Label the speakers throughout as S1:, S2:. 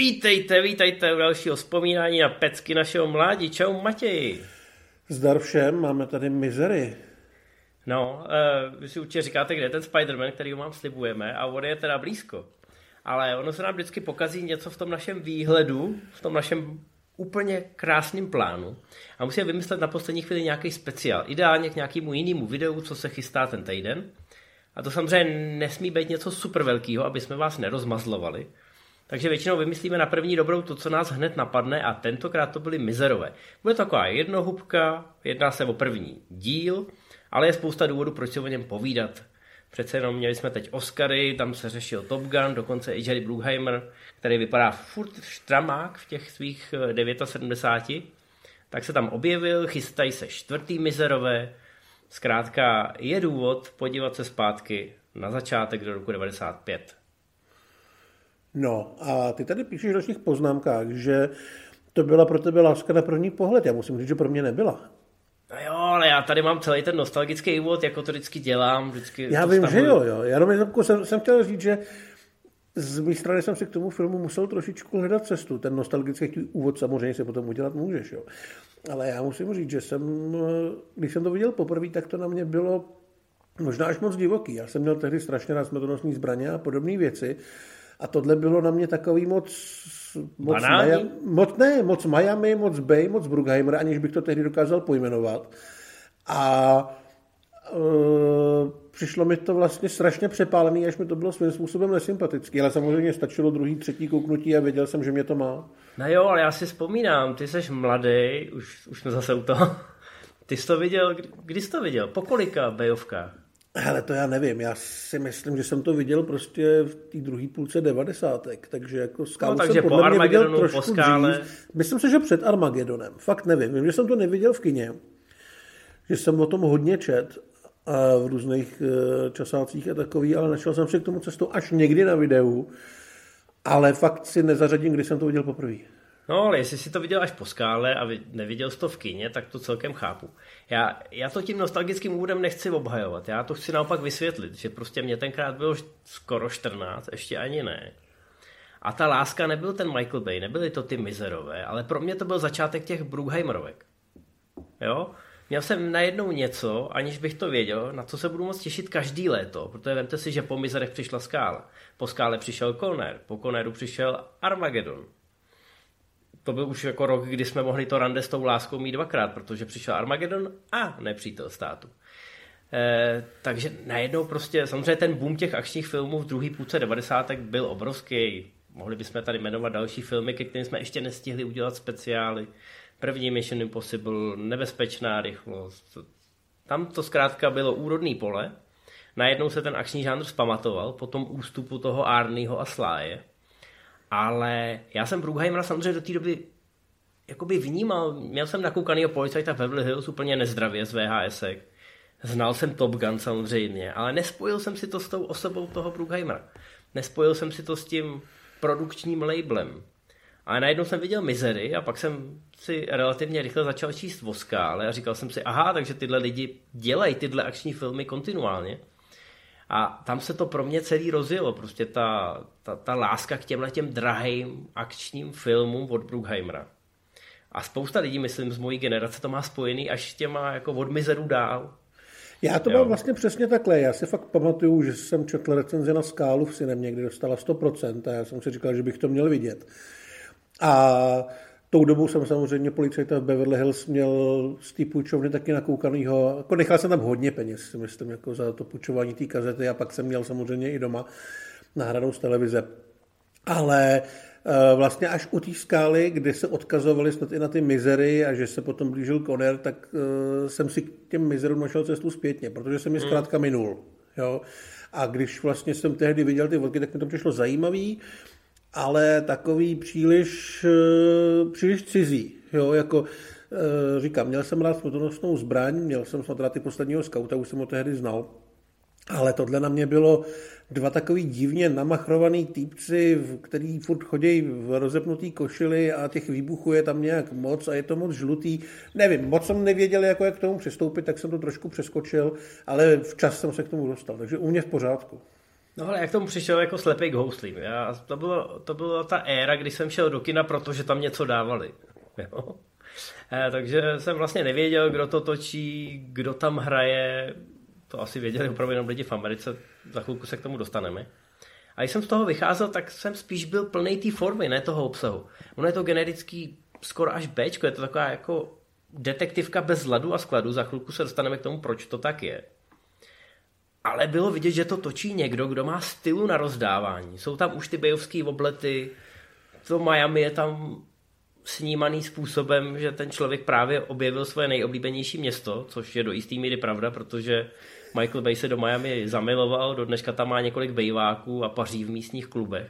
S1: Vítejte u dalšího vzpomínání na pecky našeho mládí. Čau Matěj.
S2: Zdar všem, máme tady mizery.
S1: No, vy si určitě říkáte, kde je ten Spider-Man, který vám slibujeme, a on je teda blízko. Ale ono se nám vždycky pokazí něco v tom našem výhledu, v tom našem úplně krásným plánu. A musíme vymyslet na poslední chvíli nějaký speciál. Ideálně k nějakému jinému videu, co se chystá ten týden. A to samozřejmě nesmí být něco super velkého, aby jsme vás nerozmazlovali. Takže většinou vymyslíme na první dobrou to, co nás hned napadne, a tentokrát to byly mizerové. Bude to taková jednohubka, jedná se o první díl, ale je spousta důvodů, proč si o něm povídat. Přece jenom měli jsme teď Oscary, tam se řešil Top Gun, dokonce i Jerry Bruckheimer, který vypadá furt štramák v těch svých 79, tak se tam objevil, chystají se čtvrtý mizerové. Zkrátka je důvod podívat se zpátky na začátek do roku 95.
S2: No a ty tady píšeš v dalších poznámkách, že to byla pro tebe láska na první pohled. Já musím říct, že pro mě nebyla.
S1: No jo, ale já tady mám celý ten nostalgický úvod, jako to vždycky dělám. Vždycky
S2: já vím, že jo. Já jsem chtěl říct, že z mé strany jsem si k tomu filmu musel trošičku hledat cestu. Ten nostalgický úvod samozřejmě si potom udělat můžeš, jo. Ale já musím říct, že když jsem to viděl poprvé, tak to na mě bylo možná až moc divoký. Já jsem měl tehdy strašně rád smrtonosné zbraně a podobné věci. A tohle bylo na mě takový moc Miami, moc Bay, moc Bruckheimer, aniž bych to tehdy dokázal pojmenovat. A přišlo mi to vlastně strašně přepálený, až mi to bylo svým způsobem nesympatický. Ale samozřejmě stačilo druhý, třetí kouknutí a věděl jsem, že mě to má.
S1: No jo, ale já si vzpomínám, ty jsi mladý, už jsme zase u toho. Ty jsi to viděl, kdy jsi to viděl? Po kolika Bayovkách?
S2: Hele, to já nevím, já si myslím, že jsem to viděl prostě v té druhé půlce 90. Takže jako Skálu jsem podle mě viděl trošku dřív. Myslím si, že před Armagedonem. Fakt nevím. Vím, že jsem to neviděl v kině. Že jsem o tom hodně čet v různých časácích a takový, ale našel jsem si k tomu cestu až někdy na videu. Ale fakt si nezařadím, kdy jsem to viděl poprvé.
S1: No, ale jestli si to viděl až po Skále a neviděl jsi to v kině, tak to celkem chápu. Já to tím nostalgickým úvodem nechci obhajovat. Já to chci naopak vysvětlit, že prostě mě tenkrát bylo skoro 14, ještě ani ne. A ta láska nebyl ten Michael Bay, nebyly to ty mizerové, ale pro mě to byl začátek těch Bruckheimerovek. Jo? Měl jsem najednou něco, aniž bych to věděl, na co se budu moc těšit každý léto, protože vemte si, že po mizerech přišla Skála. Po Skále přišel Conner, po Conneru přišel Armageddon. To byl už jako rok, kdy jsme mohli to rande s tou láskou mít dvakrát, protože přišel Armageddon a Nepřítel státu. Takže najednou prostě, samozřejmě ten boom těch akčních filmů v druhé půlce 90. byl obrovský. Mohli bychom tady jmenovat další filmy, ke kterým jsme ještě nestihli udělat speciály. První Mission Impossible, Nebezpečná rychlost. Tam to zkrátka bylo úrodný pole. Najednou se ten akční žánr zpamatoval po tom ústupu toho Arnieho a Slye. Ale já jsem Bruckheimera samozřejmě do té doby jakoby vnímal. Měl jsem nakoukanýho Policajta v Beverly Hills úplně nezdravě z VHSek. Znal jsem Top Gun samozřejmě, ale nespojil jsem si to s tou osobou toho Bruckheimera. Nespojil jsem si to s tím produkčním labelem. Ale najednou jsem viděl Mizery a pak jsem si relativně rychle začal číst o Skále a říkal jsem si, aha, takže tyhle lidi dělají tyhle akční filmy kontinuálně. A tam se to pro mě celý rozjelo, prostě ta láska k těmhletěm drahým akčním filmům od Bruckheimera. A spousta lidí, myslím, z mojí generace to má spojený až s těma jako od Mizerů dál.
S2: Já to mám vlastně přesně takhle. Já si fakt pamatuju, že jsem četl recenzi na Skálu v Cinem, někdy dostala 100% a já jsem si říkal, že bych to měl vidět. A tou dobou jsem samozřejmě Policajta v Beverly Hills měl z té půjčovny taky nakoukanýho. Jako nechal jsem tam hodně peněz, si myslím, jako za to půjčování té kazety a pak jsem měl samozřejmě i doma nahranou z televize. Ale vlastně až u té Skály, kde se odkazovali snad i na ty mizery a že se potom blížil Conner, tak jsem si k těm mizerům našel cestu zpětně, protože jsem je zkrátka minul. Jo? A když vlastně jsem tehdy viděl ty vodky, tak mi to přišlo zajímavý, ale takový příliš cizí. Jo? Jako říkám, měl jsem rád smrtonosnou zbraň, měl jsem snad rád i Posledního skauta, už jsem ho tehdy znal. Ale tohle na mě bylo dva takový divně namachrovaný týpci, který furt chodí v rozepnutý košili a těch výbuchů je tam nějak moc a je to moc žlutý. Nevím, moc jsem nevěděl, jak k tomu přistoupit, tak jsem to trošku přeskočil, ale včas jsem se k tomu dostal, takže u mě v pořádku.
S1: No ale jak tomu přišel jako slepej k houslím? To byla ta éra, kdy jsem šel do kina, protože tam něco dávali. Jo? Takže jsem vlastně nevěděl, kdo to točí, kdo tam hraje. To asi věděli opravdu jenom lidi v Americe. Za chvilku se k tomu dostaneme. A když jsem z toho vycházel, tak jsem spíš byl plnej té formy, ne toho obsahu. Ono je to generický skoro až Bčko, je to taková jako detektivka bez ladu a skladu. Za chvilku se dostaneme k tomu, proč to tak je. Ale bylo vidět, že to točí někdo, kdo má stylu na rozdávání. Jsou tam už ty bejovský oblety, to Miami je tam snímaný způsobem, že ten člověk právě objevil svoje nejoblíbenější město, což je do jistý míry pravda, protože Michael Bay se do Miami zamiloval, do dneška tam má několik bejváků a paří v místních klubech.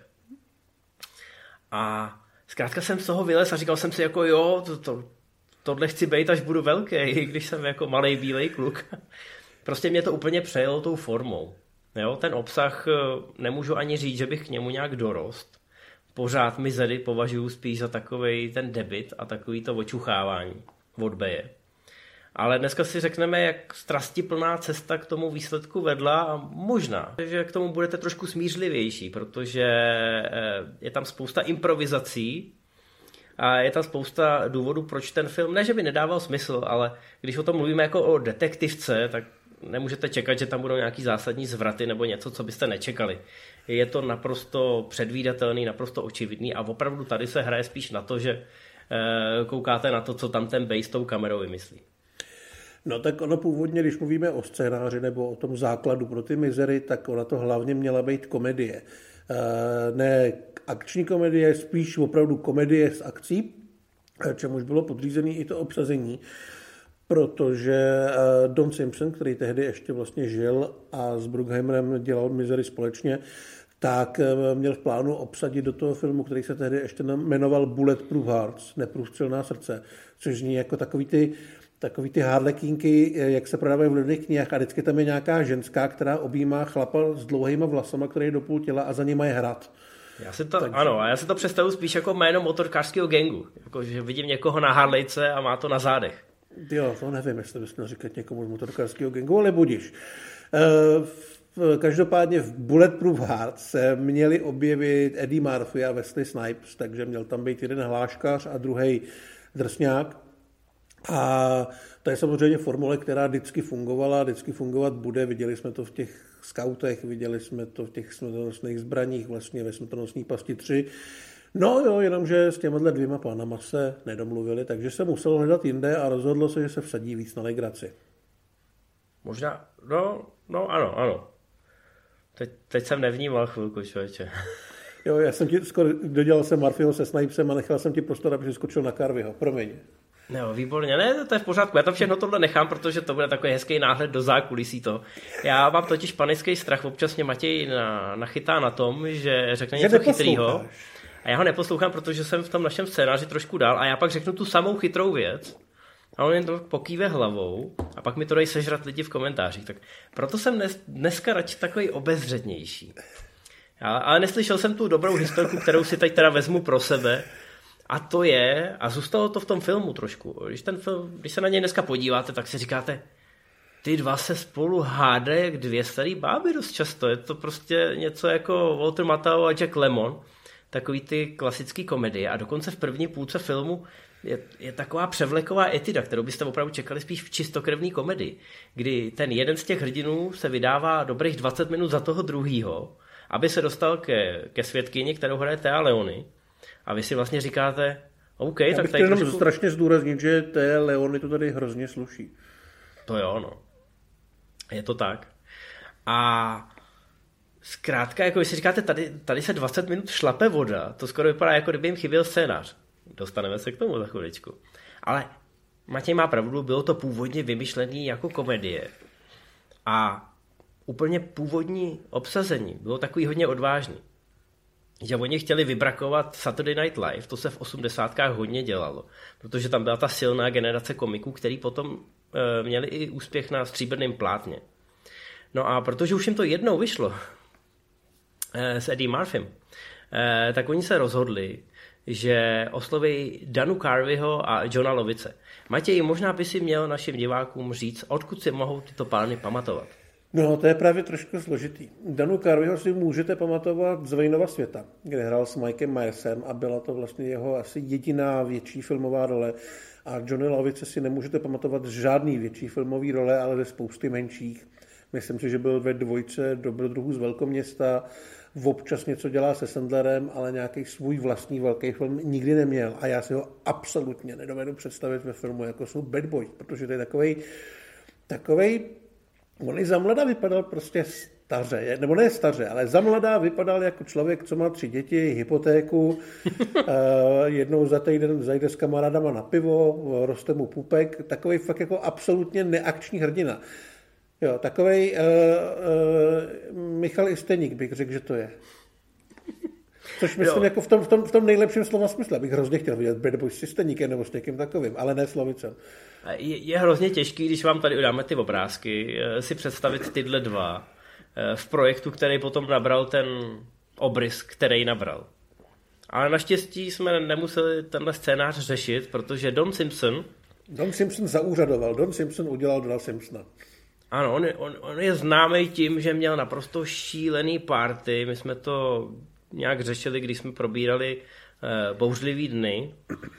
S1: A zkrátka jsem z toho vylez a říkal jsem si jako jo, tohle chci bejt, až budu velký, i když jsem jako malej bílej kluk. Prostě mě to úplně přejelo tou formou. Jo, ten obsah nemůžu ani říct, že bych k němu nějak dorost. Pořád Misery považuji spíš za takovej ten debit a takový to očuchávání od Baye. Ale dneska si řekneme, jak strastiplná cesta k tomu výsledku vedla a možná, že k tomu budete trošku smířlivější, protože je tam spousta improvizací a je tam spousta důvodů, proč ten film, ne že by nedával smysl, ale když o tom mluvíme jako o detektivce, tak nemůžete čekat, že tam budou nějaký zásadní zvraty nebo něco, co byste nečekali. Je to naprosto předvídatelný, naprosto očividný a opravdu tady se hraje spíš na to, že koukáte na to, co tam ten Bay s tou kamerou vymyslí.
S2: No tak ono původně, když mluvíme o scénáři nebo o tom základu pro ty Misery, tak ona to hlavně měla být komedie. Ne akční komedie, spíš opravdu komedie s akcí, čemuž bylo podřízený i to obsazení, protože Don Simpson, který tehdy ještě vlastně žil a s Bruckheimerem dělal Misery společně, tak měl v plánu obsadit do toho filmu, který se tehdy ještě jmenoval Bulletproof Hearts, neprůstřelná srdce, což zní jako takový ty harlekínky, jak se prodávají v lidných knihách a vždycky tam je nějaká ženská, která objímá chlapa s dlouhýma vlasama, který je do půl těla a za nima je hrad.
S1: Já si to představuji spíš jako jméno motorkářského gangu. Jako, že vidím někoho na Harlejce a má to na zádech.
S2: Jo, to nevím, jestli bys měl říkat někomu z motorkářského gangu, ale budiš. Každopádně v Bulletproof Hearts se měli objevit Eddie Murphy a Wesley Snipes, takže měl tam být jeden hláškař a druhý drsňák. A to je samozřejmě formule, která vždycky fungovala, vždycky fungovat bude. Viděli jsme to v těch skautech, viděli jsme to v těch smrtonosných zbraních, vlastně ve Smrtonosné pasti 3. No jo, jenomže s těma dvěma pánama se nedomluvili, takže se muselo hledat jinde a rozhodlo se, že se vsadí víc na legraci.
S1: Možná, ano. Teď jsem nevnímal chvilku, člověče.
S2: Jo, já jsem ti skoro dodělal jsem Murphyho se Snipesem a nechal jsem ti prostor, aby si skočil na Carveyho. Promiň.
S1: No, výborně, ne, to je v pořádku, já to všechno tohle nechám, protože to bude takový hezký náhled do zákulisí to. Já mám totiž panický strach, občas mě Matěj nachytá na tom, že řekne něco chytrýho a já ho neposlouchám, protože jsem v tom našem scénáři trošku dál a já pak řeknu tu samou chytrou věc a on jen to pokýve hlavou a pak mi to dají sežrat lidi v komentářích, tak proto jsem dneska radši takový obezřetnější. Ale neslyšel jsem tu dobrou historku, kterou si teď teda vezmu pro sebe. A to je, a zůstalo to v tom filmu trošku, když se na něj dneska podíváte, tak si říkáte, ty dva se spolu hádají jak dvě starý báby dost často, je to prostě něco jako Walter Matthau a Jack Lemmon, takový ty klasický komedie a dokonce v první půlce filmu je taková převleková etida, kterou byste opravdu čekali spíš v čistokrevný komedii, kdy ten jeden z těch hrdinů se vydává dobrých 20 minut za toho druhýho, aby se dostal ke svědkyni, kterou hraje Téa Leoni. A vy si vlastně říkáte, OK,
S2: já
S1: tak
S2: bych
S1: tady
S2: jenom strašně zdůraznit, že té Leony to tady hrozně sluší.
S1: To jo, no. Je to tak. A zkrátka, jako si říkáte, tady se 20 minut šlape voda, to skoro vypadá, jako kdyby jim chyběl scénář. Dostaneme se k tomu za chviličku. Ale Matěj má pravdu, bylo to původně vymyšlený jako komedie. A úplně původní obsazení bylo takový hodně odvážný. Že oni chtěli vybrakovat Saturday Night Live, to se v 80kách hodně dělalo, protože tam byla ta silná generace komiků, který potom měli i úspěch na stříbrném plátně. No a protože už jim to jednou vyšlo s Eddie Murphym, tak oni se rozhodli, že osloví Danu Carveyho a Johna Lovice. Matěj, možná by si měl našim divákům říct, odkud si mohou tyto pány pamatovat.
S2: No, to je právě trošku složitý. Danu Carveyho si můžete pamatovat z Wayneova světa, kde hrál s Mikem Myersem a byla to vlastně jeho asi jediná větší filmová role. A Johnny Lavice si nemůžete pamatovat žádný větší filmový role, ale ze spousty menších. Myslím si, že byl ve 2 Dobrodruhů z velkoměsta, občas něco dělá se Sandlerem, ale nějaký svůj vlastní velký film nikdy neměl. A já si ho absolutně nedovedu představit ve filmu, jako jsou Bad Boys, protože to je takovej on i za mladá vypadal prostě staře, nebo ne staře, ale za mladá vypadal jako člověk, co má 3 děti, hypotéku, jednou za týden zajde s kamarádama na pivo, roste mu pupek, takovej fakt jako absolutně neakční hrdina. Jo, takovej Michal Isteník bych řekl, že to je. Což myslím jako v tom nejlepším slova smyslu. Bych hrozně chtěl vidět Bad Boys s Isteníkem nebo s někým takovým, ale ne s Lavicem.
S1: Je hrozně těžký, když vám tady dáme ty obrázky, si představit tyhle dva v projektu, který potom nabral ten obrys, který nabral. Ale naštěstí jsme nemuseli tenhle scénář řešit, protože Don Simpson
S2: zaúřadoval. Don Simpson udělal Dona Simpsona.
S1: Ano, on je známý tím, že měl naprosto šílený party. My jsme to nějak řešili, když jsme probírali Bouřlivý dny.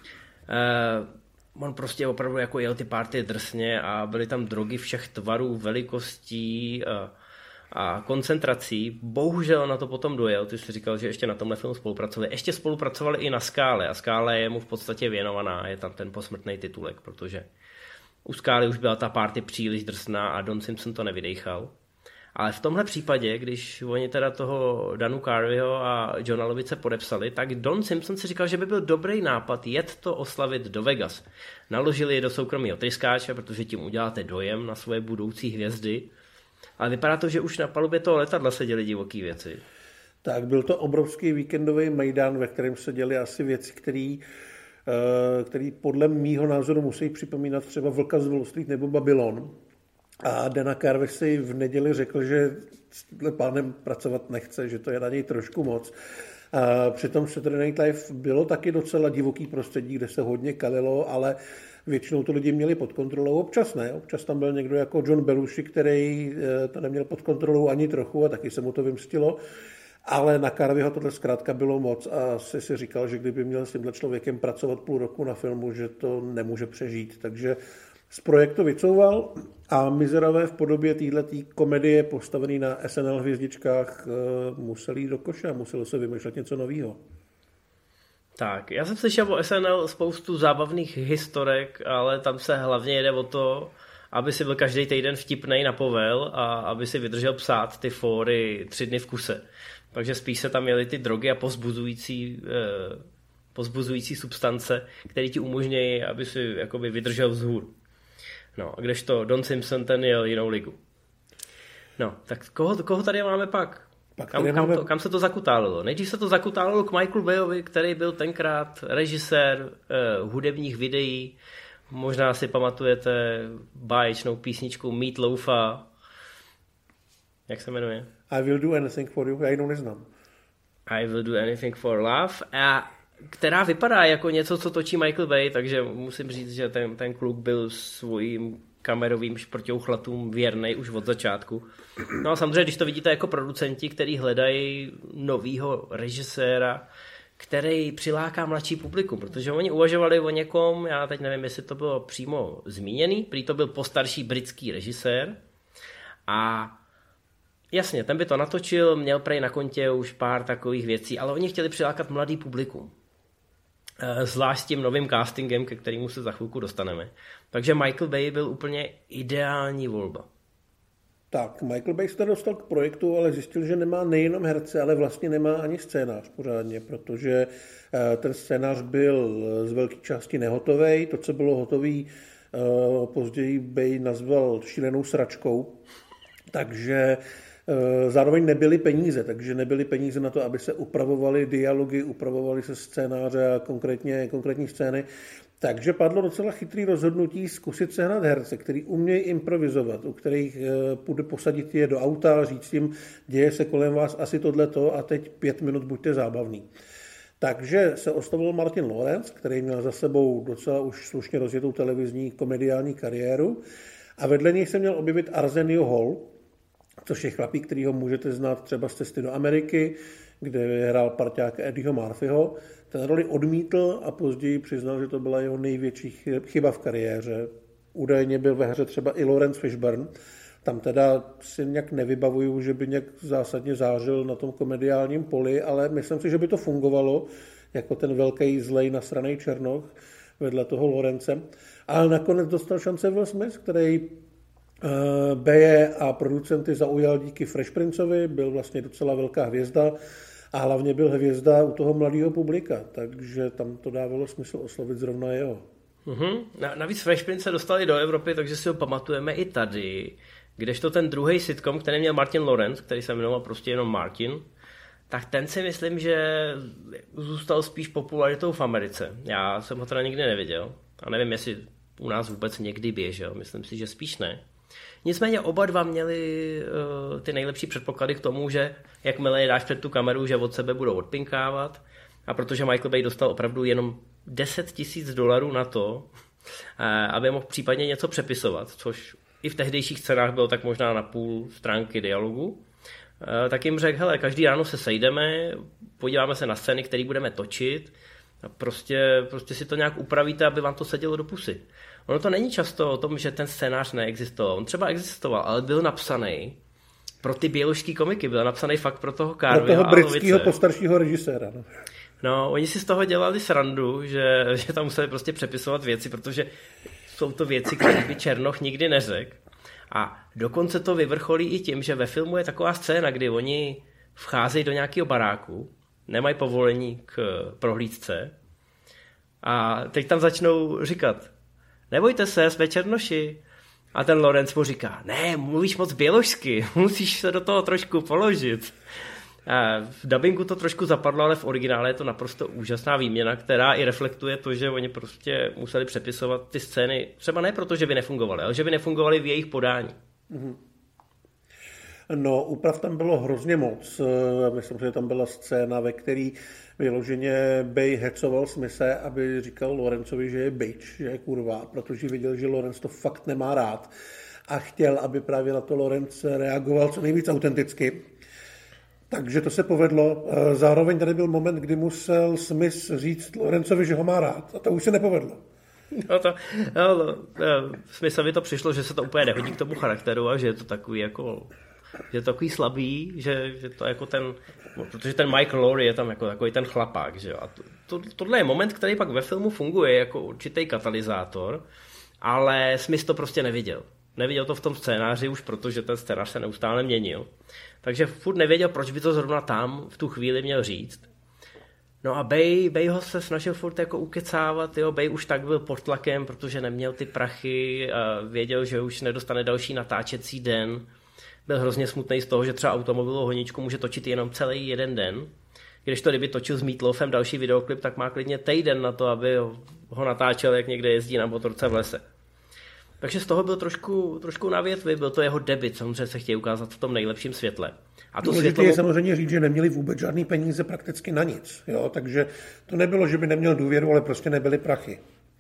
S1: On prostě opravdu jako jel ty party drsně a byly tam drogy všech tvarů, velikostí a koncentrací. Bohužel na to potom dojel. Ty jsi říkal, že ještě na tomhle filmu spolupracovali. Ještě spolupracovali i na Skále a Skála je mu v podstatě věnovaná. Je tam ten posmrtný titulek, protože u Skály už byla ta party příliš drsná a Don Simpson to nevydejchal. Ale v tomhle případě, když oni teda toho Danu Carveyho a Johna Lavice podepsali, tak Don Simpson si říkal, že by byl dobrý nápad jet to oslavit do Vegas. Naložili je do soukromého tryskáče, protože tím uděláte dojem na svoje budoucí hvězdy. Ale vypadá to, že už na palubě toho letadla se děly divoký věci.
S2: Tak byl to obrovský víkendový mejdan, ve kterém se děly asi věci, který podle mýho názoru musí připomínat třeba Vlka z Wall Street nebo Babylon. A Dana Carvey si v neděli řekl, že s tímhle pánem pracovat nechce, že to je na něj trošku moc. A přitom Saturday Night Live bylo taky docela divoký prostředí, kde se hodně kalilo, ale většinou to lidi měli pod kontrolou, občas ne. Občas tam byl někdo jako John Belushi, který to neměl pod kontrolou ani trochu a taky se mu to vymstilo. Ale na Carveyho tohle zkrátka bylo moc a si říkal, že kdyby měl s tímhle člověkem pracovat půl roku na filmu, že to nemůže přežít. Takže z projektu vycouval a Mizeravé v podobě této komedie postavený na SNL hvězdičkách museli jít do koše a muselo se vymýšlet něco nového.
S1: Tak, já jsem slyšel o SNL spoustu zábavných historek, ale tam se hlavně jede o to, aby si byl každý týden vtipnej na povel a aby si vydržel psát ty fóry 3 dny v kuse. Takže spíš se tam jeli ty drogy a pozbuzující substance, které ti umožňují, aby si jakoby vydržel vzhůru. No, a kdežto Don Simpson ten jel jinou ligu. No, tak koho tady máme pak? Kam se to zakutálilo? Nejdřív se to zakutálilo k Michaelu Bayovi, který byl tenkrát režisér hudebních videí. Možná si pamatujete báječnou písničku Meat Loafa. Jak se jmenuje?
S2: I will do anything for you. Já jinou neznám.
S1: I will do anything for love. A která vypadá jako něco, co točí Michael Bay, takže musím říct, že ten kluk byl svým kamerovým šprťouchlatům věrnej už od začátku. No a samozřejmě, když to vidíte jako producenti, kteří hledají novýho režiséra, který přiláká mladší publikum, protože oni uvažovali o někom, já teď nevím, jestli to bylo přímo zmíněný, prý to byl postarší britský režisér a jasně, ten by to natočil, měl prej na kontě už pár takových věcí, ale oni chtěli přilákat mladý publikum. Zvlášť s tím novým castingem, ke kterému se za chvilku dostaneme. Takže Michael Bay byl úplně ideální volba.
S2: Tak, Michael Bay se dostal k projektu, ale zjistil, že nemá nejenom herce, ale vlastně nemá ani scénář pořádně, protože ten scénář byl z velké části nehotovej. To, co bylo hotový, později Bay nazval šílenou sračkou, takže zároveň nebyly peníze, takže nebyly peníze na to, aby se upravovaly dialogy, upravovaly se scénáře a konkrétní scény. Takže padlo docela chytrý rozhodnutí zkusit sehnat herce, který umějí improvizovat, u kterých půjde posadit je do auta a říct jim, děje se kolem vás asi tohleto a teď 5 minut buďte zábavný. Takže se oslovil Martin Lawrence, který měl za sebou docela už slušně rozjetou televizní komediální kariéru a vedle něj se měl objevit Arsenio Hall, což je chlapík, který ho můžete znát třeba z Cesty do Ameriky, kde hrál parťák Eddieho Murphyho. Ten roli odmítl a později přiznal, že to byla jeho největší chyba v kariéře. Údajně byl ve hře třeba i Laurence Fishburne. Tam teda si nějak nevybavuju, že by nějak zásadně zářil na tom komediálním poli, ale myslím si, že by to fungovalo jako ten velký zlej nasranej černoch vedle toho Lorence. Ale nakonec dostal šance Will Smith, který Beje a producenty zaujal díky Fresh Princeovi, byl vlastně docela velká hvězda a hlavně byl hvězda u toho mladého publika, takže tam to dávalo smysl oslovit zrovna jeho.
S1: Navíc Fresh Prince se dostali do Evropy, takže si ho pamatujeme i tady, kdežto ten druhý sitcom, který měl Martin Lawrence, který se jmenoval prostě jenom Martin, tak ten si myslím, že zůstal spíš popularitou v Americe. Já jsem ho teda nikdy neviděl a nevím, jestli u nás vůbec někdy běžel, myslím si, že spíš ne. Nicméně oba dva měli ty nejlepší předpoklady k tomu, že jakmile je dáš před tu kameru, že od sebe budou odpinkávat, a protože Michael Bay dostal opravdu jenom $10,000 na to, aby mohl případně něco přepisovat, což i v tehdejších scénách bylo tak možná na půl stránky dialogu, tak jim řekl, hele, každý ráno se sejdeme, podíváme se na scény, které budeme točit a prostě si to nějak upravíte, aby vám to sedělo do pusy. Ono to není často o tom, že ten scénář neexistoval. On třeba existoval, ale byl napsaný pro ty běložský komiky, byl napsaný fakt pro toho Carveya.
S2: Pro toho britského postaršího režiséra.
S1: No, oni si z toho dělali srandu, že tam museli prostě přepisovat věci, protože jsou to věci, které by Černoch nikdy neřekl. A dokonce to vyvrcholí i tím, že ve filmu je taková scéna, kdy oni vcházejí do nějakého baráku, nemají povolení k prohlídce a teď tam začnou říkat: nebojte se, jsme černoši. A ten Lawrence mu říká: ne, mluvíš moc běložsky, musíš se do toho trošku položit. A v dabingu to trošku zapadlo, ale v originále je to naprosto úžasná výměna, která i reflektuje to, že oni prostě museli přepisovat ty scény, třeba ne proto, že by nefungovaly, ale že by nefungovaly v jejich podání.
S2: No, úprav tam bylo hrozně moc. Myslím, že tam byla scéna, ve který vyloženě Bay hecoval Smise, aby říkal Lawrenceovi, že je bitch, že je kurva, protože viděl, že Lawrence to fakt nemá rád a chtěl, aby právě na to Lawrence reagoval co nejvíc autenticky. Takže to se povedlo. Zároveň tady byl moment, kdy musel Smith říct Lawrenceovi, že ho má rád. A to už se nepovedlo.
S1: Smithovi to přišlo, že se to úplně nehodí k tomu charakteru a že je to takový jako... že je to takový slabý, že to jako ten... Protože ten Michael Lowry je tam jako takový ten chlapák, že jo. A tohle je moment, který pak ve filmu funguje jako určitý katalyzátor, ale Smith to prostě neviděl. Neviděl to v tom scénáři už, protože ten scénář se neustále měnil. Takže furt nevěděl, proč by to zrovna tam v tu chvíli měl říct. No a Bay ho se snažil furt jako ukecávat, jo. Bay už tak byl pod tlakem, protože neměl ty prachy a věděl, že už nedostane další natáčecí den. Byl hrozně smutný z toho, že třeba automobilovou honičku může točit jenom celý jeden den. Když to kdyby točil s Meatloafem další videoklip, tak má klidně týden na to, aby ho natáčel, jak někde jezdí na motorce v lese. Takže z toho byl trošku na větvi, byl to jeho debut, samozřejmě se chtějí ukázat v tom nejlepším světle. A to
S2: světlo je samozřejmě říct, že neměli vůbec žádný peníze prakticky na nic, jo? Takže to nebylo, že by neměl důvěru, ale prostě nebyly prachy.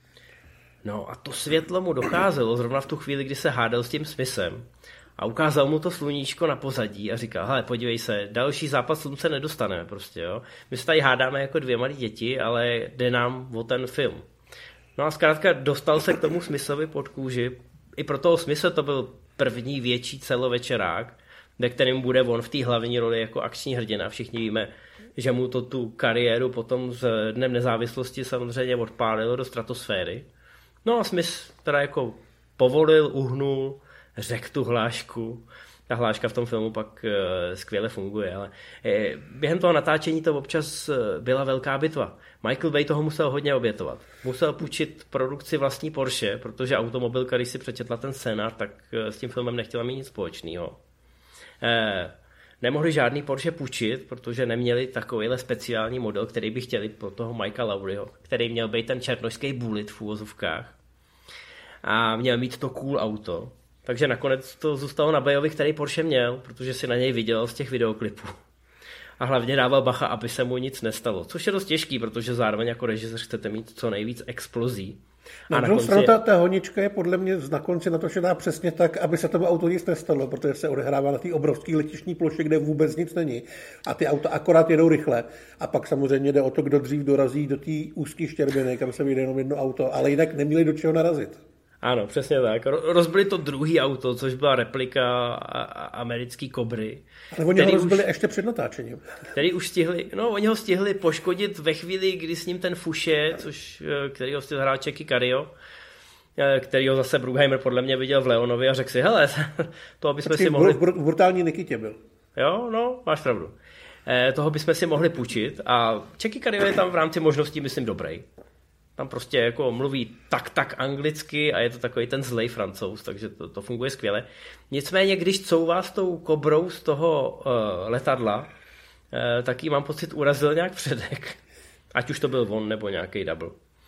S1: No a to světlo mu docházelo zrovna v tu chvíli, kdy se hádal s tím Smithem a ukázal mu to sluníčko na pozadí a říkal: hele, podívej se, další západ slunce nedostaneme prostě, jo. My se tady hádáme jako dvě malé děti, ale jde nám o ten film. No a zkrátka dostal se k tomu Smithovi pod kůži. I pro toho Smitha to byl první větší celovečerák, ve kterém bude on v té hlavní roli jako akční hrdina. Všichni víme, že mu to tu kariéru potom s Dnem nezávislosti samozřejmě odpálilo do stratosféry. No a Smith teda jako povolil, uhnul, řekl tu hlášku. Ta hláška v tom filmu pak skvěle funguje, ale během toho natáčení to občas byla velká bitva. Michael Bay toho musel hodně obětovat. Musel půjčit produkci vlastní Porsche, protože automobilka, když si přečetla ten scénář, tak s tím filmem nechtěla mít nic společného. Nemohli žádný Porsche půjčit, protože neměli takovýhle speciální model, který by chtěli pro toho Mikea Lowryho, který měl být ten černošský bullet v úvozovkách. A měl mít to cool auto. Takže nakonec to zůstalo na Bayovi, který Porsche měl, protože si na něj viděl z těch videoklipů. A hlavně dával bacha, aby se mu nic nestalo. Což je dost těžký, protože zároveň jako režisér chcete mít co nejvíc explozí.
S2: Na druhou stranu ta honička je podle mě na konci natočená přesně tak, aby se tomu auto nic nestalo, protože se odehrává na té obrovské letištní ploše, kde vůbec nic není a ty auta akorát jedou rychle a pak samozřejmě jde o to, kdo dřív dorazí do té úzké štěrbiny, kam se vyjde jenom jedno auto, ale jinak neměli do čeho narazit.
S1: Ano, přesně tak. Rozbili to druhý auto, což byla replika americký Cobry.
S2: Ale oni ho rozbili ještě před natáčením.
S1: Oni ho stihli poškodit ve chvíli, kdy s ním ten Fuše, který ho stihl hrát Jackie Cario, který ho zase Bruckheimer podle mě viděl v Leonovi a řekl si, hele, toho bychom si mohli...
S2: V brutální Nikitě byl.
S1: Jo, no, máš pravdu. Toho bychom si mohli půjčit a Jackie Cario je tam v rámci možností, myslím, dobrý. Tam prostě jako mluví tak anglicky a je to takový ten zlej Francouz, takže to funguje skvěle. Nicméně, když couvá s tou kobrou z toho letadla, tak jí mám pocit urazil nějak předek. Ať už to byl on nebo nějaký double.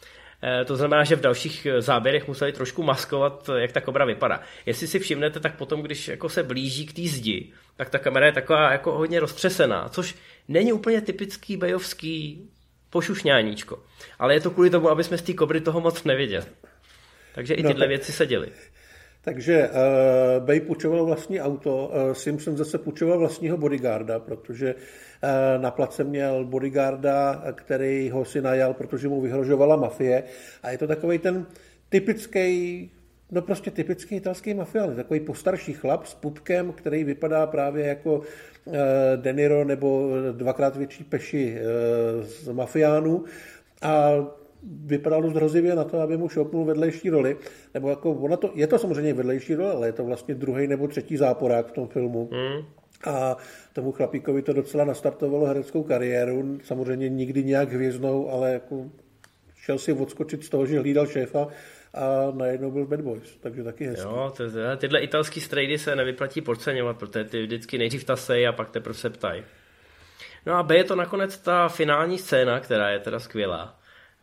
S1: To znamená, že v dalších záběrech museli trošku maskovat, jak ta kobra vypadá. Jestli si všimnete, tak potom, když jako se blíží k té zdi, tak ta kamera je taková jako hodně roztřesená, což není úplně typický bejovský pošušňáníčko. Ale je to kvůli tomu, aby jsme z té kobry toho moc neviděli. Takže i tyhle věci se děly.
S2: Takže Bay půjčoval vlastní auto, Simpson zase půjčoval vlastního bodyguarda, protože na place měl bodyguarda, který ho si najal, protože mu vyhrožovala mafie. A je to takovej ten typický italský mafián, takový postarší chlap s pupkem, který vypadá právě jako De Niro nebo dvakrát větší peši z mafiánů a vypadal dost hrozivě na to, aby mu šoupnul vedlejší roli. Nebo jako je to samozřejmě vedlejší role, ale je to vlastně druhý nebo třetí záporák v tom filmu. A tomu chlapíkovi to docela nastartovalo hereckou kariéru. Samozřejmě nikdy nějak hvězdnou, ale jako šel si odskočit z toho, že hlídal šéfa a najednou byl Bad Boys, takže taky hezký.
S1: Jo, tyhle italský strejdy se nevyplatí podceňovat, protože ty vždycky nejdřív tasej a pak teprve se ptají. No a B je to nakonec ta finální scéna, která je teda skvělá.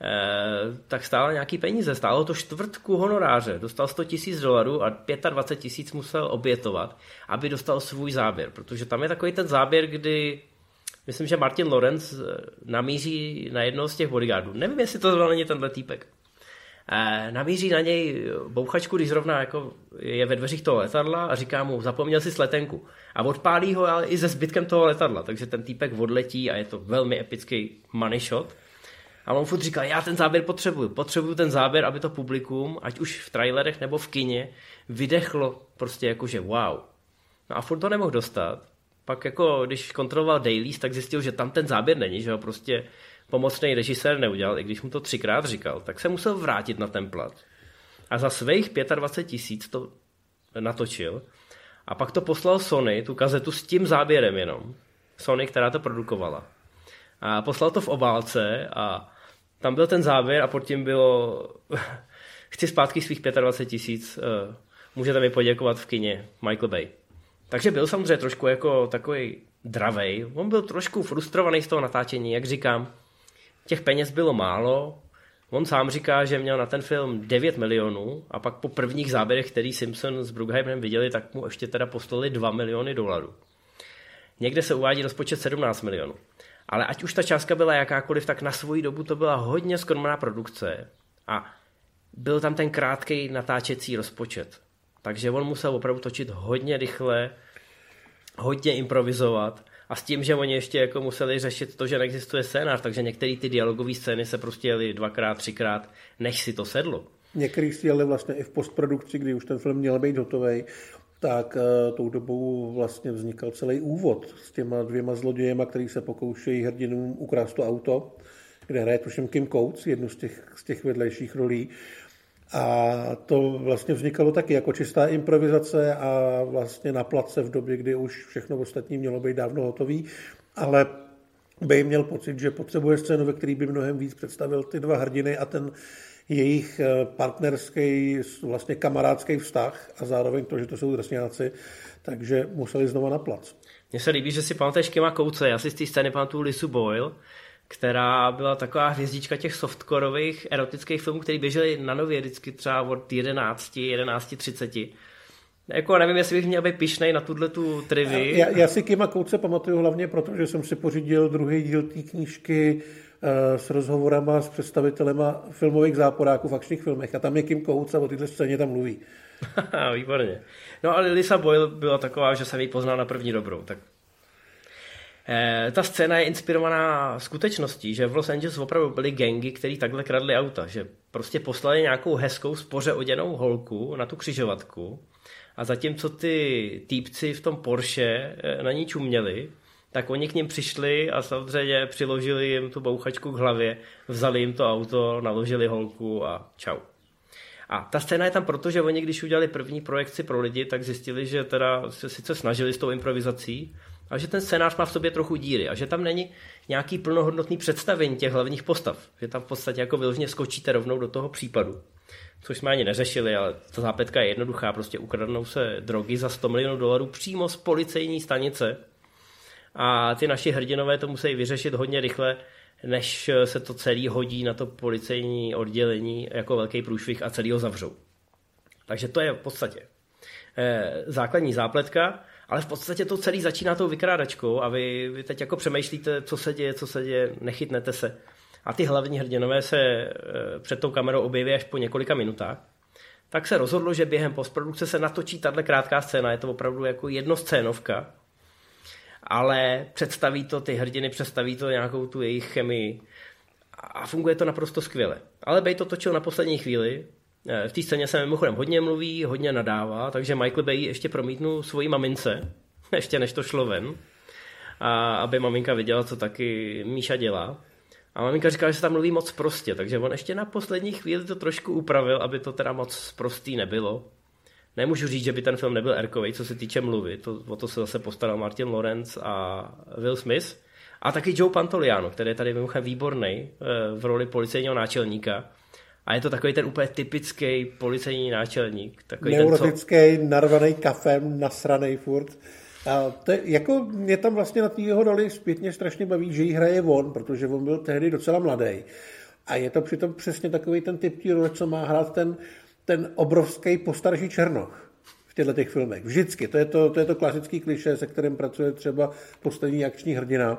S1: Tak stála nějaký peníze, stálo to čtvrtku honoráře, dostal $100,000 a 25 000 musel obětovat, aby dostal svůj záběr, protože tam je takový ten záběr, kdy myslím, že Martin Lawrence namíří na jednoho z těch bodyguardů. Nevím, jestli to není tenhle týpek. Namíří na něj bouchačku, když zrovna jako je ve dveřích toho letadla a říká mu, zapomněl si sletenku. A odpálí ho ale i se zbytkem toho letadla, takže ten týpek odletí a je to velmi epický money shot. A on furt říká, já ten záběr potřebuju ten záběr, aby to publikum, ať už v trailerech nebo v kině, vydechlo prostě jakože wow. No a furt to nemohl dostat. Pak jako, když kontroloval dailies, tak zjistil, že tam ten záběr není, že ho prostě pomocný režisér neudělal, i když mu to 3krát říkal, tak se musel vrátit na ten plat. A za svých 25 000 to natočil a pak to poslal Sony, tu kazetu s tím záběrem jenom. Sony, která to produkovala. A poslal to v obálce a tam byl ten záběr a pod tím bylo chci zpátky svých 25 000, můžete mi poděkovat v kině, Michael Bay. Takže byl samozřejmě trošku jako takový dravej. On byl trošku frustrovaný z toho natáčení, jak říkám. Těch peněz bylo málo. On sám říká, že měl na ten film 9 milionů a pak po prvních záběrech, který Simpson s Bruckheimerem viděli, tak mu ještě teda poslali $2 miliony. Někde se uvádí rozpočet 17 milionů. Ale ať už ta částka byla jakákoliv, tak na svoji dobu to byla hodně skromná produkce a byl tam ten krátký natáčecí rozpočet. Takže on musel opravdu točit hodně rychle, hodně improvizovat a s tím, že oni ještě jako museli řešit to, že neexistuje scénář, takže některé ty dialogové scény se prostě jeli 2x, 3x, než si to sedlo.
S2: Některý si jeli vlastně i v postprodukci, kdy už ten film měl být hotovej, tak tou dobou vlastně vznikal celý úvod s těma 2 zlodějema, který se pokoušejí hrdinům ukrást to auto, kde hraje tuším Kim Coates, jednu z těch vedlejších rolí. A to vlastně vznikalo taky jako čistá improvizace a vlastně na place v době, kdy už všechno ostatní mělo být dávno hotový, ale Bay měl pocit, že potřebuje scénu, ve který by mnohem víc představil ty 2 hrdiny a ten jejich partnerský, vlastně kamarádský vztah a zároveň to, že to jsou drsňáci, takže museli znova na plac.
S1: Mně se líbí, že si pamatuješ Kima Coatese, já si z té scény pamatuju Lisu Boyle, která byla taková hvězdička těch softkorových erotických filmů, které běžely na Nově vždycky třeba od 11:30. Jako nevím, jestli bych měl být pyšnej na tu trivii.
S2: Já si Kima Coatese pamatuju hlavně proto, že jsem si pořídil druhý díl té knížky s rozhovorama s představitelema filmových záporáků v akčních filmech a tam je Kim Coates a o této scéně tam mluví.
S1: Výborně. No ale Lisa Boyle byla taková, že jsem ji poznal na první dobrou. Tak. Ta scéna je inspirovaná skutečností, že v Los Angeles opravdu byly gangy, který takhle kradly auta, že prostě poslali nějakou hezkou spoře oděnou holku na tu křižovatku a zatímco ty týpci v tom Porsche na ní čuměli, tak oni k nim přišli a samozřejmě přiložili jim tu bouchačku k hlavě, vzali jim to auto, naložili holku a čau. A ta scéna je tam proto, že oni, když udělali první projekci pro lidi, tak zjistili, že teda se sice snažili s tou improvizací, a že ten scénář má v sobě trochu díry a že tam není nějaký plnohodnotný představení těch hlavních postav. Že tam v podstatě jako vyloženě skočíte rovnou do toho případu. Což jsme ani neřešili, ale ta zápletka je jednoduchá. Prostě ukradnou se drogy za $100 milionů přímo z policejní stanice a ty naši hrdinové to musí vyřešit hodně rychle, než se to celý hodí na to policejní oddělení jako velký průšvih a celý ho zavřou. Takže to je v podstatě základní zápletka, ale v podstatě to celý začíná tou vykrádačkou a vy teď jako přemýšlíte, co se děje, nechytnete se. A ty hlavní hrdinové se před tou kamerou objeví až po několika minutách. Tak se rozhodlo, že během postprodukce se natočí tahle krátká scéna, je to opravdu jako jednoscénovka, ale ty hrdiny představí to nějakou tu jejich chemii a funguje to naprosto skvěle. Ale Bay to točil na poslední chvíli. V té scéně se mimochodem hodně mluví, hodně nadává, takže Michael Bay ještě promítnul svojí mamince, ještě než to šlo ven, a aby maminka viděla, co taky Míša dělá. A maminka říkala, že se tam mluví moc prostě, takže on ještě na poslední chvíli to trošku upravil, aby to teda moc prostý nebylo. Nemůžu říct, že by ten film nebyl erkovej, co se týče mluvy, o to se zase postaral Martin Lawrence a Will Smith. A taky Joe Pantoliano, který je tady mimochodem výborný v roli policejního náčelníka. A je to takový ten úplně typický policejní náčelník.
S2: Neurotický, narvaný kafem, nasranej furt. A to je, jako mě tam vlastně na té jeho roli zpětně strašně baví, že jí hraje on, protože on byl tehdy docela mladý. A je to přitom přesně takový ten typ té role, co má hrát ten obrovský postarší černoch v těchto těch filmech. Vždycky. To je to klasický klišé, se kterým pracuje třeba poslední akční hrdina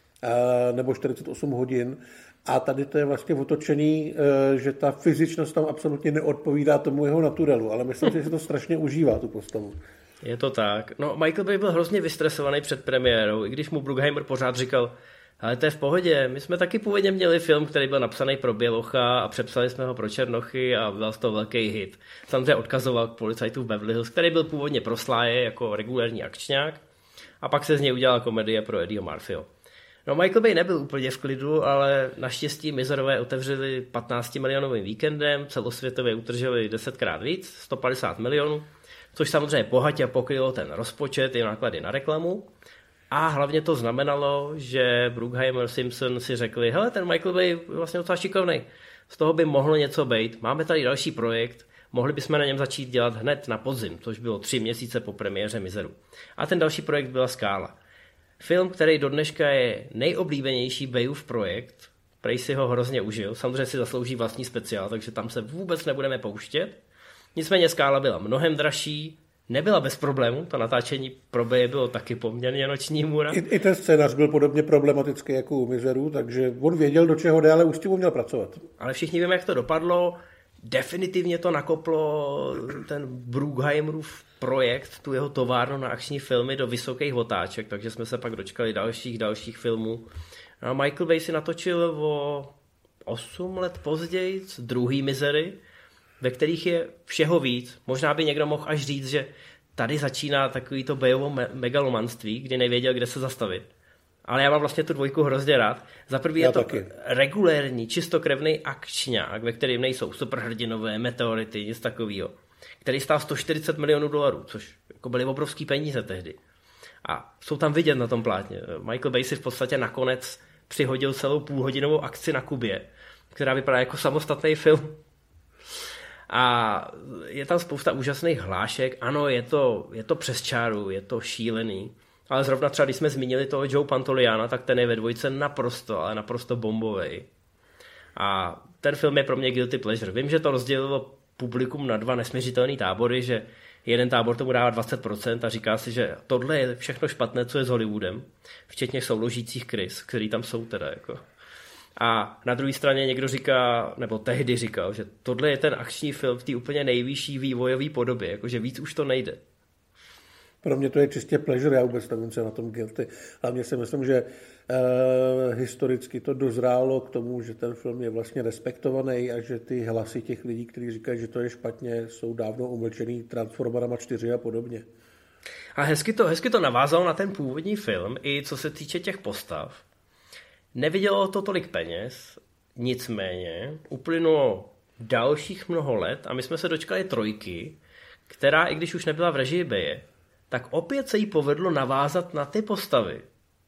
S2: nebo 48 hodin. A tady to je vlastně otočený, že ta fyzičnost tam absolutně neodpovídá tomu jeho naturelu, ale myslím si, že se to strašně užívá, tu postavu.
S1: Je to tak. No, Michael Bay byl hrozně vystresovaný před premiérou, i když mu Bruckheimer pořád říkal, ale to je v pohodě, my jsme taky původně měli film, který byl napsaný pro bělocha a přepsali jsme ho pro černochy a byl to velký hit. Samozřejmě odkazoval k Policajtů v Beverly Hills, který byl původně pro sláje jako regulérní akčňák a pak se z něj udělala komedie pro Eddieho Murphyho. No, Michael Bay nebyl úplně v klidu, ale naštěstí Mizerové otevřeli 15 milionovým víkendem, celosvětově utrželi 10krát víc, 150 milionů, což samozřejmě bohatě pokrylo ten rozpočet i náklady na reklamu. A hlavně to znamenalo, že Bruckheimer Simpson si řekli, hele, ten Michael Bay je vlastně docela šikovnej, z toho by mohlo něco být, máme tady další projekt, mohli bychom na něm začít dělat hned na podzim, což bylo 3 měsíce po premiéře Mizeru. A ten další projekt byla Skála. Film, který do dneška je nejoblíbenější Bayův projekt, prej si ho hrozně užil, samozřejmě si zaslouží vlastní speciál, takže tam se vůbec nebudeme pouštět. Nicméně Skála byla mnohem dražší, nebyla bez problémů, to natáčení pro Baye bylo taky poměrně noční můra.
S2: I ten scénář byl podobně problematický jako u Mizeru, takže on věděl, do čeho jde, ale už s tím uměl pracovat.
S1: Ale všichni víme, jak to dopadlo. Definitivně to nakoplo ten Bruckheimerův projekt, tu jeho továrnu na akční filmy do vysokých otáček, takže jsme se pak dočkali dalších filmů. A Michael Bay si natočil o 8 let později druhý Mizery, ve kterých je všeho víc. Možná by někdo mohl až říct, že tady začíná takový to Bayovo megalomanství, kdy nevěděl, kde se zastavit. Ale já mám vlastně tu dvojku hrozně rád. Za prvý je to regulérní, čistokrevný akčňák, ve kterém nejsou superhrdinové, meteority, nic takového, který stál 140 milionů dolarů, což jako byly obrovský peníze tehdy. A jsou tam vidět na tom plátně. Michael Bay si v podstatě nakonec přihodil celou půlhodinovou akci na Kubě, která vypadá jako samostatný film. A je tam spousta úžasných hlášek. Ano, je to přes čáru, je to šílený. Ale zrovna třeba, když jsme zmínili toho Joe Pantoliana, tak ten je ve dvojce naprosto bombovej. A ten film je pro mě guilty pleasure. Vím, že to rozdělilo publikum na 2 nesměřitelný tábory, že jeden tábor tomu dává 20% a říká si, že tohle je všechno špatné, co je s Hollywoodem, včetně souložících krys, který tam jsou teda jako. A na druhé straně někdo říká, nebo tehdy říkal, že tohle je ten akční film v té úplně nejvyšší vývojové podobě, jakože víc už to nejde.
S2: Pro mě to je čistě pleasure, já vůbec nevím, co na tom guilty. Hlavně si myslím, že historicky to dozrálo k tomu, že ten film je vlastně respektovaný a že ty hlasy těch lidí, kteří říkají, že to je špatně, jsou dávno umlčený Transformerama 4 a podobně.
S1: A hezky to navázalo na ten původní film, i co se týče těch postav. Nevidělo to tolik peněz, nicméně uplynulo dalších mnoho let a my jsme se dočkali 3, která, i když už nebyla v režii Baye, tak opět se jí povedlo navázat na ty postavy.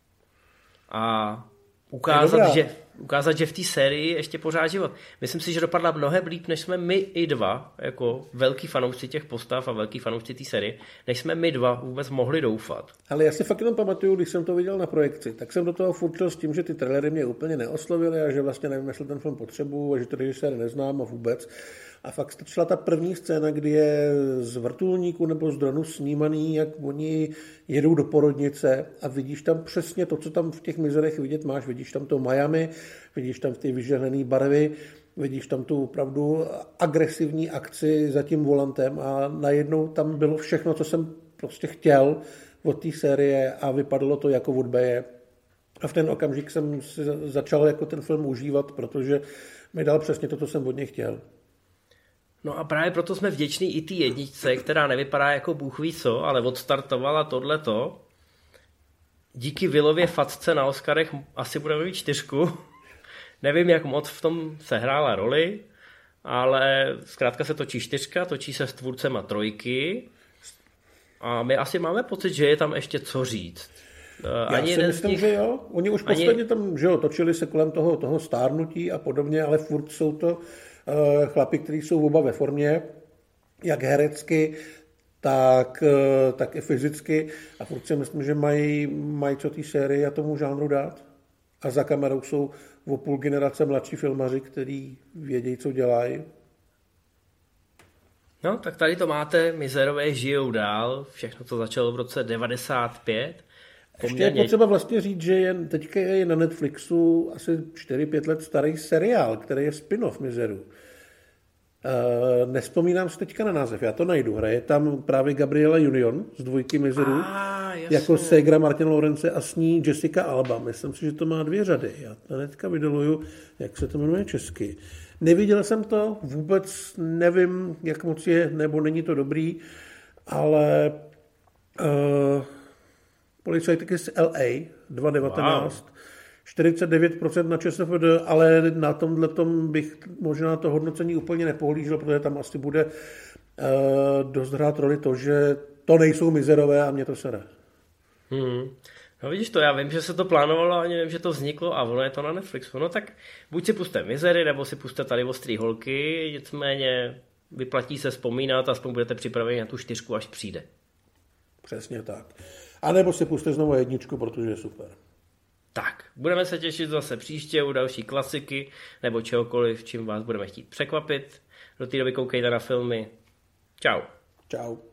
S1: A ukázat, že v té sérii ještě pořád život. Myslím si, že dopadla mnohem líp, než jsme my i dva, jako velký fanoušci těch postav a velký fanoušci té série, než jsme my dva vůbec mohli doufat.
S2: Ale já si fakt jenom pamatuju, když jsem to viděl na projekci, tak jsem do toho furt šel s tím, že ty trailery mě úplně neoslovily a že vlastně nevím, jestli ten film potřebuju a že to režisér neznám a vůbec. A fakt stačila ta první scéna, kdy je z vrtulníku nebo z dronu snímaný, jak oni jedou do porodnice a vidíš tam přesně to, co tam v těch mizerech vidět máš. Vidíš tam to Miami, vidíš tam ty vyžehlené barvy, vidíš tam tu opravdu agresivní akci za tím volantem a najednou tam bylo všechno, co jsem prostě chtěl od té série a vypadalo to jako od Baye. A v ten okamžik jsem si začal jako ten film užívat, protože mi dal přesně to, co jsem od něj chtěl.
S1: No a právě proto jsme vděční i té jedničce, která nevypadá jako bůh ví co, ale odstartovala tohleto. Díky Willově facce na Oscarech asi budeme mít 4. Nevím, jak moc v tom sehrála roli, ale zkrátka se točí 4, točí se s tvůrcema 3 a my asi máme pocit, že je tam ještě co říct.
S2: Já si myslím, že jo. Oni už posledně tam, že jo, točili se kolem toho stárnutí a podobně, ale furt jsou to chlapi, kteří jsou oba ve formě, jak herecky, tak i fyzicky a furt si myslím, že mají co té sérii a tomu žánru dát. A za kamerou jsou o půl generace mladší filmaři, kteří vědí, co dělají.
S1: No, tak tady to máte, Mizerové žijou dál, všechno to začalo v roce 95.
S2: Ještě je potřeba vlastně říct, že teďka je na Netflixu asi 4-5 let starý seriál, který je spin-off Mizeru. Nespomínám si teďka na název, já to najdu. Hraje tam právě Gabriela Union z 2 Mizeru, jako ségra Martina Lawrence a s ní Jessica Alba. Myslím si, že to má 2 řady. Já to hnedka vydeluju, jak se to jmenuje česky. Neviděl jsem to, vůbec nevím, jak moc je, nebo není to dobrý, ale Policajtek z LA 2019, wow. 49% na ČSFD, ale na tomhletom bych možná to hodnocení úplně nepohlížel, protože tam asi bude dost hrát roli to, že to nejsou Mizerové a mě to sere.
S1: No vidíš to, já vím, že se to plánovalo a nevím, že to vzniklo a ono je to na Netflixu. No tak buď si puste Mizery, nebo si puste tady Ostrý holky, nicméně vyplatí se vzpomínat a aspoň budete připraveni na tu 4, až přijde.
S2: Přesně tak. A nebo si puste znovu 1, protože je super.
S1: Tak, budeme se těšit zase příště u další klasiky nebo čehokoliv, čím vás budeme chtít překvapit. Do té doby koukejte na filmy. Čau.
S2: Čau.